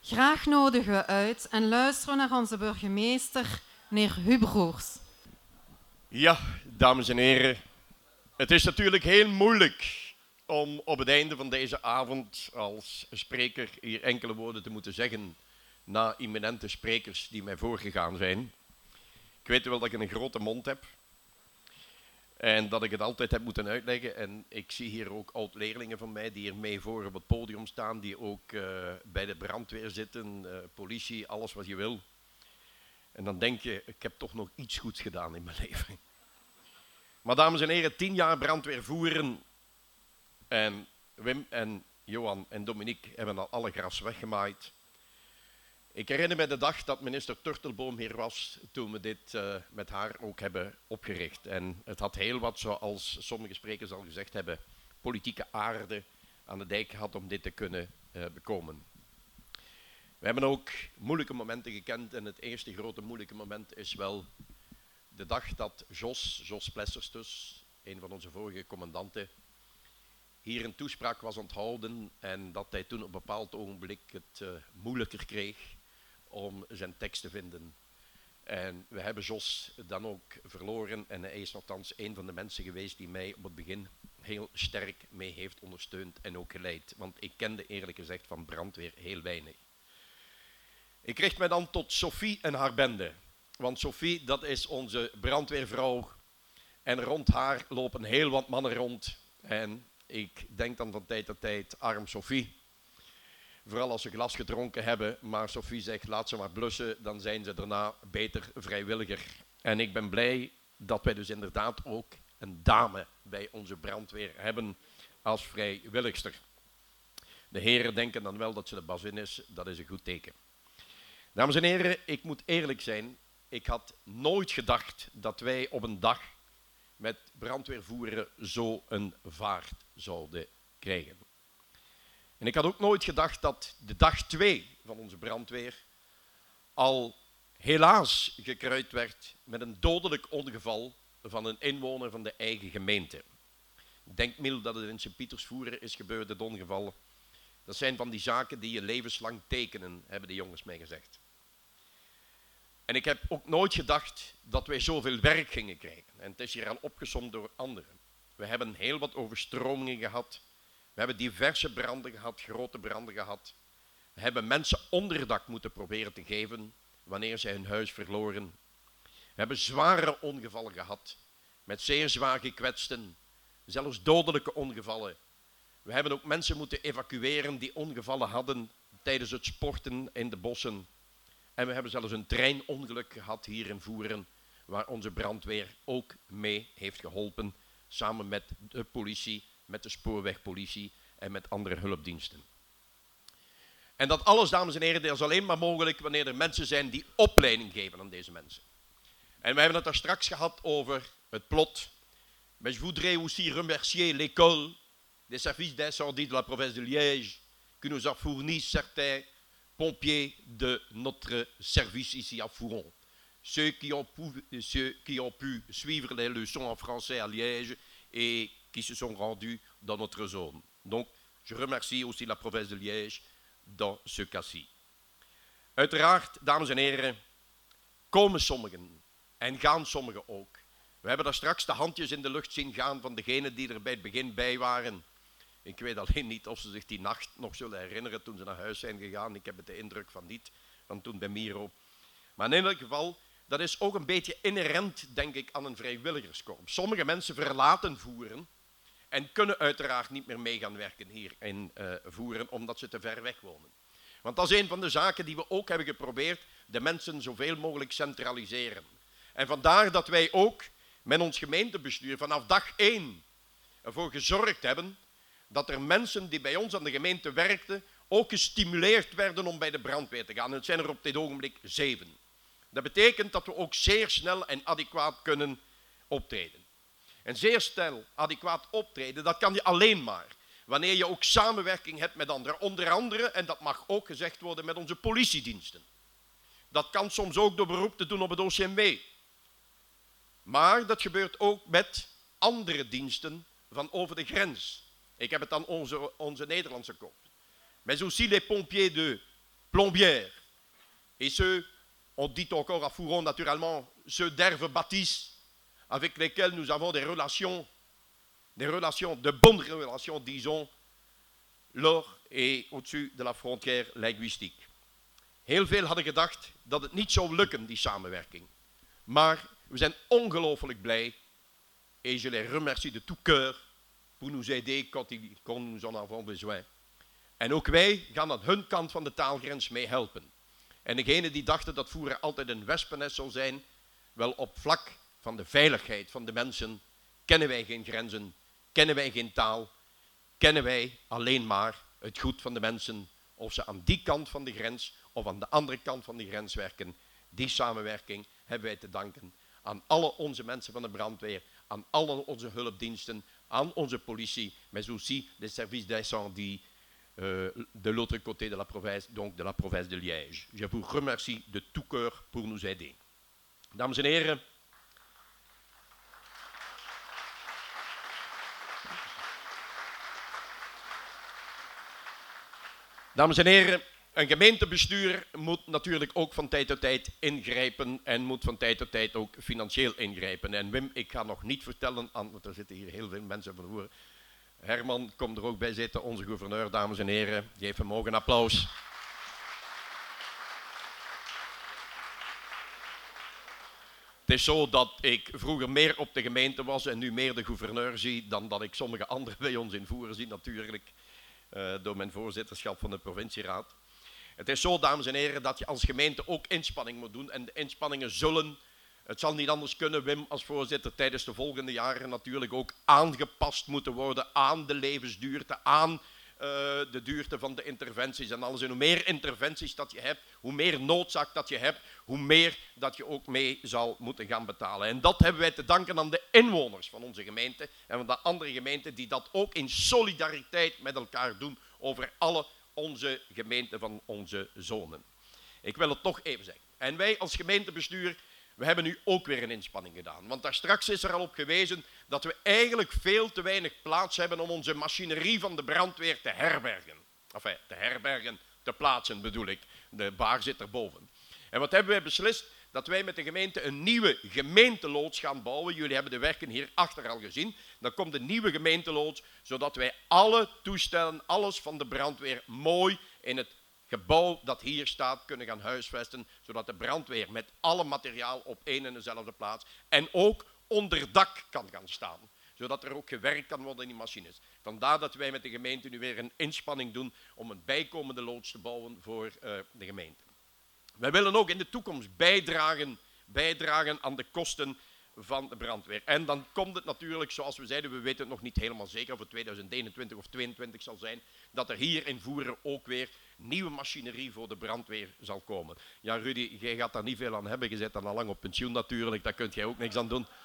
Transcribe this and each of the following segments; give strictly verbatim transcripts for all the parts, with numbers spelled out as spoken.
Graag nodigen we uit en luisteren naar onze burgemeester, meneer Hubroers. Ja, dames en heren. Het is natuurlijk heel moeilijk om op het einde van deze avond als spreker hier enkele woorden te moeten zeggen na imminente sprekers die mij voorgegaan zijn. Ik weet wel dat ik een grote mond heb en dat ik het altijd heb moeten uitleggen. En ik zie hier ook oud-leerlingen van mij die hier mee voor op het podium staan, die ook uh, bij de brandweer zitten, uh, politie, alles wat je wil. En dan denk je, ik heb toch nog iets goeds gedaan in mijn leven. Maar dames en heren, tien jaar brandweer voeren en Wim en Johan en Dominique hebben al alle gras weggemaaid. Ik herinner me de dag dat minister Turtelboom hier was toen we dit uh, met haar ook hebben opgericht. En het had heel wat, zoals sommige sprekers al gezegd hebben, politieke aarde aan de dijk gehad om dit te kunnen uh, bekomen. We hebben ook moeilijke momenten gekend en het eerste grote moeilijke moment is wel de dag dat Jos, Jos Plessers dus, een van onze vorige commandanten, hier een toespraak was onthouden en dat hij toen op een bepaald ogenblik het uh, moeilijker kreeg om zijn tekst te vinden. En we hebben Jos dan ook verloren en hij is nogthans een van de mensen geweest die mij op het begin heel sterk mee heeft ondersteund en ook geleid. Want ik kende eerlijk gezegd van brandweer heel weinig. Ik richt mij dan tot Sophie en haar bende. Want Sophie, dat is onze brandweervrouw. En rond haar lopen heel wat mannen rond. En ik denk dan van tijd tot tijd, arm Sophie. Vooral als ze glas gedronken hebben. Maar Sophie zegt, laat ze maar blussen. Dan zijn ze daarna beter vrijwilliger. En ik ben blij dat wij dus inderdaad ook een dame bij onze brandweer hebben als vrijwilligster. De heren denken dan wel dat ze de bazin is. Dat is een goed teken. Dames en heren, ik moet eerlijk zijn. Ik had nooit gedacht dat wij op een dag met brandweervoeren zo een vaart zouden krijgen. En ik had ook nooit gedacht dat de dag twee van onze brandweer al helaas gekruid werd met een dodelijk ongeval van een inwoner van de eigen gemeente. Ik denk Miel dat het in Sint-Pietersvoeren is gebeurd, het ongeval. Dat zijn van die zaken die je levenslang tekenen, hebben de jongens mij gezegd. En ik heb ook nooit gedacht dat wij zoveel werk gingen krijgen. En het is hier al opgesomd door anderen. We hebben heel wat overstromingen gehad. We hebben diverse branden gehad, grote branden gehad. We hebben mensen onderdak moeten proberen te geven wanneer zij hun huis verloren. We hebben zware ongevallen gehad, met zeer zwaar gekwetsten, zelfs dodelijke ongevallen. We hebben ook mensen moeten evacueren die ongevallen hadden tijdens het sporten in de bossen. En we hebben zelfs een treinongeluk gehad hier in Voeren, waar onze brandweer ook mee heeft geholpen, samen met de politie, met de spoorwegpolitie en met andere hulpdiensten. En dat alles, dames en heren, dat is alleen maar mogelijk wanneer er mensen zijn die opleiding geven aan deze mensen. En we hebben het daar straks gehad over het plot. Mais je voudrais aussi remercier l'école des services d'incendie de la province de Liège qui nous a fourni certains pompiers de notre service ici à Fouron. Ceux qui ont pu, ceux qui ont pu suivre les leçons en français à Liège et qui se sont rendus dans notre zone. Donc, je remercie aussi la province de Liège dans ce cas-ci. Uiteraard, dames en heren, komen sommigen en gaan sommigen ook. We hebben daar straks de handjes in de lucht zien gaan van degenen die er bij het begin bij waren. Ik weet alleen niet of ze zich die nacht nog zullen herinneren toen ze naar huis zijn gegaan. Ik heb het de indruk van niet, van toen bij Miro. Maar in ieder geval, dat is ook een beetje inherent, denk ik, aan een vrijwilligerskorps. Sommige mensen verlaten Voeren en kunnen uiteraard niet meer mee gaan werken hier in uh, Voeren, omdat ze te ver weg wonen. Want dat is een van de zaken die we ook hebben geprobeerd, de mensen zoveel mogelijk centraliseren. En vandaar dat wij ook met ons gemeentebestuur vanaf dag één ervoor gezorgd hebben dat er mensen die bij ons aan de gemeente werkten ook gestimuleerd werden om bij de brandweer te gaan. En het zijn er op dit ogenblik zeven. Dat betekent dat we ook zeer snel en adequaat kunnen optreden. En zeer snel adequaat optreden, dat kan je alleen maar wanneer je ook samenwerking hebt met anderen. Onder andere, en dat mag ook gezegd worden, met onze politiediensten. Dat kan soms ook door beroep te doen op het O C M W. Maar dat gebeurt ook met andere diensten van over de grens. Ik heb het aan onze, onze Nederlandse korps. Mais aussi les pompiers de plombières. Et ceux, on dit encore à Fouron naturellement, ceux d'Herve Baptiste, avec lesquels nous avons des relations, des relations, de bonnes relations, disons, lors et au-dessus de la frontière linguïstique. Heel veel hadden gedacht dat het niet zou lukken, die samenwerking. Maar we zijn ongelooflijk blij, et je les remercie de tout cœur, pour nous aider quand, ils, quand nous en avons besoin. En ook wij gaan aan hun kant van de taalgrens mee helpen. En degenen die dachten dat voeren altijd een wespennest zou zijn, wel op vlak van de veiligheid van de mensen kennen wij geen grenzen, kennen wij geen taal, kennen wij alleen maar het goed van de mensen, of ze aan die kant van de grens of aan de andere kant van de grens werken. Die samenwerking hebben wij te danken aan alle onze mensen van de brandweer, aan alle onze hulpdiensten, aan onze politie, mais aussi les services d'incendie euh, de l'autre côté de la province, donc de la province de Liège. Je vous remercie de tout cœur pour nous aider. Dames en heren, Dames en heren, een gemeentebestuur moet natuurlijk ook van tijd tot tijd ingrijpen en moet van tijd tot tijd ook financieel ingrijpen. En Wim, ik ga nog niet vertellen, aan, want er zitten hier heel veel mensen van voor. Herman komt er ook bij zitten, onze gouverneur, dames en heren. Geef hem ook een applaus. Het is zo dat ik vroeger meer op de gemeente was en nu meer de gouverneur zie dan dat ik sommige anderen bij ons in Voeren zie, natuurlijk. Uh, door mijn voorzitterschap van de provincieraad. Het is zo, dames en heren, dat je als gemeente ook inspanning moet doen. En de inspanningen zullen, het zal niet anders kunnen, Wim, als voorzitter, tijdens de volgende jaren natuurlijk ook aangepast moeten worden aan de levensduurte, aan uh, de duurte van de interventies en alles. En hoe meer interventies dat je hebt, hoe meer noodzaak dat je hebt, hoe meer dat je ook mee zal moeten gaan betalen. En dat hebben wij te danken aan de inwoners van onze gemeente en van de andere gemeenten die dat ook in solidariteit met elkaar doen over alle onze gemeenten van onze zonen. Ik wil het toch even zeggen. En wij als gemeentebestuur, we hebben nu ook weer een inspanning gedaan. Want daar straks is er al op gewezen dat we eigenlijk veel te weinig plaats hebben om onze machinerie van de brandweer te herbergen. Enfin, te herbergen, te plaatsen bedoel ik. De baar zit erboven. En wat hebben wij beslist? Dat wij met de gemeente een nieuwe gemeenteloods gaan bouwen. Jullie hebben de werken hierachter al gezien. Dan komt een nieuwe gemeenteloods, zodat wij alle toestellen, alles van de brandweer mooi in het gebouw dat hier staat kunnen gaan huisvesten, zodat de brandweer met alle materiaal op één en dezelfde plaats en ook onder dak kan gaan staan, zodat er ook gewerkt kan worden in die machines. Vandaar dat wij met de gemeente nu weer een inspanning doen om een bijkomende loods te bouwen voor uh, de gemeente. Wij willen ook in de toekomst bijdragen, bijdragen aan de kosten van de brandweer. En dan komt het natuurlijk, zoals we zeiden, we weten het nog niet helemaal zeker of het tweeduizend eenentwintig of tweeëntwintig zal zijn, dat er hier in Voeren ook weer nieuwe machinerie voor de brandweer zal komen. Ja, Rudy, jij gaat daar niet veel aan hebben. Je zit dan al lang op pensioen natuurlijk, daar kunt jij ook niks aan doen.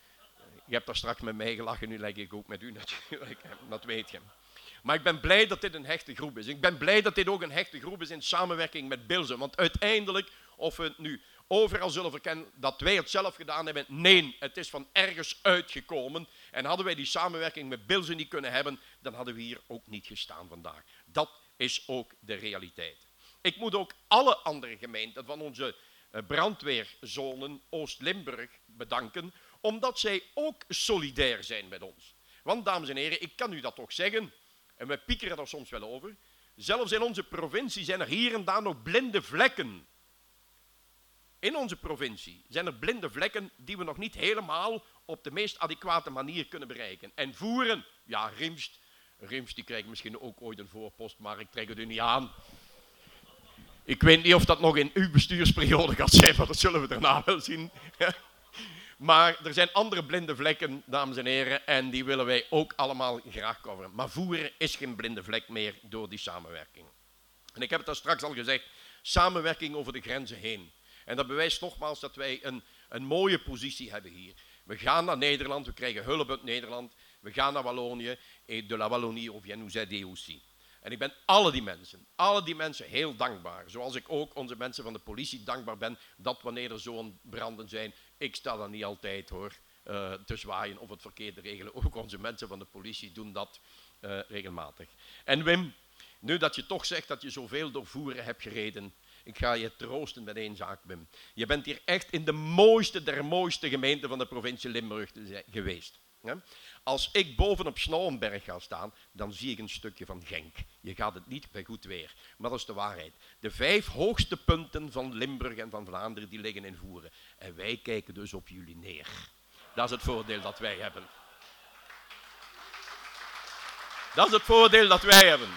Je hebt daar straks met mij gelachen, nu lijk ik ook met u natuurlijk, dat weet je. Maar ik ben blij dat dit een hechte groep is. Ik ben blij dat dit ook een hechte groep is in samenwerking met Bilzen. Want uiteindelijk, of we het nu overal zullen verkennen dat wij het zelf gedaan hebben, nee, het is van ergens uitgekomen. En hadden wij die samenwerking met Bilzen niet kunnen hebben, dan hadden we hier ook niet gestaan vandaag. Dat is ook de realiteit. Ik moet ook alle andere gemeenten van onze brandweerzonen Oost-Limburg bedanken, omdat zij ook solidair zijn met ons. Want, dames en heren, ik kan u dat toch zeggen, en we piekeren er soms wel over, zelfs in onze provincie zijn er hier en daar nog blinde vlekken. In onze provincie zijn er blinde vlekken die we nog niet helemaal op de meest adequate manier kunnen bereiken. En Voeren, ja, Riemst, Riemst die krijgt misschien ook ooit een voorpost, maar ik trek het u niet aan. Ik weet niet of dat nog in uw bestuursperiode gaat zijn, maar dat zullen we daarna wel zien. Maar er zijn andere blinde vlekken, dames en heren, en die willen wij ook allemaal graag coveren. Maar Voeren is geen blinde vlek meer door die samenwerking. En ik heb het daar straks al gezegd, samenwerking over de grenzen heen. En dat bewijst nogmaals dat wij een, een mooie positie hebben hier. We gaan naar Nederland, we krijgen hulp uit Nederland. We gaan naar Wallonië. Et de la Wallonie, on vient nous aider aussi. En ik ben alle die mensen, alle die mensen heel dankbaar. Zoals ik ook onze mensen van de politie dankbaar ben, dat wanneer er zo'n branden zijn, ik sta dan niet altijd hoor, uh, te zwaaien of het verkeer te regelen. Ook onze mensen van de politie doen dat uh, regelmatig. En Wim, Nu dat je toch zegt dat je zoveel door Voeren hebt gereden, ik ga je troosten met één zaak, Wim. Je bent hier echt in de mooiste der mooiste gemeenten van de provincie Limburg geweest. Als ik boven op Snauwenberg ga staan, dan zie ik een stukje van Genk. Je gaat het niet bij goed weer, maar dat is de waarheid. De vijf hoogste punten van Limburg en van Vlaanderen, die liggen in Voeren. En wij kijken dus op jullie neer. Dat is het voordeel dat wij hebben. Dat is het voordeel dat wij hebben.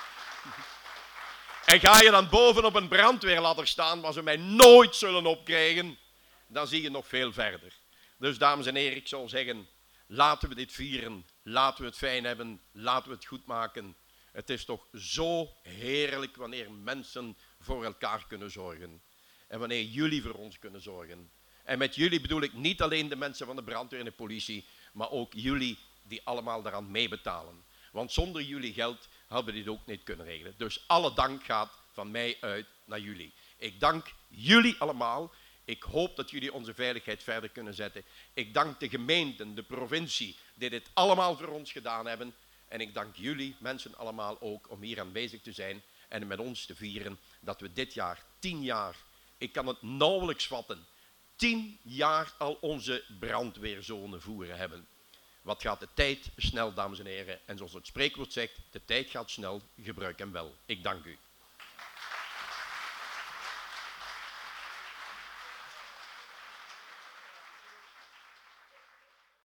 En ga je dan boven op een brandweerladder staan, waar ze mij nooit zullen opkrijgen, dan zie je nog veel verder. Dus dames en heren, ik zou zeggen, laten we dit vieren, laten we het fijn hebben, laten we het goed maken. Het is toch zo heerlijk wanneer mensen voor elkaar kunnen zorgen. En wanneer jullie voor ons kunnen zorgen. En met jullie bedoel ik niet alleen de mensen van de brandweer en de politie, maar ook jullie die allemaal daaraan meebetalen. Want zonder jullie geld hadden we dit ook niet kunnen regelen. Dus alle dank gaat van mij uit naar jullie. Ik dank jullie allemaal. Ik hoop dat jullie onze veiligheid verder kunnen zetten. Ik dank de gemeenten, de provincie, die dit allemaal voor ons gedaan hebben. En ik dank jullie mensen allemaal ook om hier aanwezig te zijn en met ons te vieren dat we dit jaar, tien jaar, ik kan het nauwelijks vatten, tien jaar al onze brandweerzone Voeren hebben. Wat gaat de tijd snel, dames en heren. En zoals het spreekwoord zegt, de tijd gaat snel, gebruik hem wel. Ik dank u.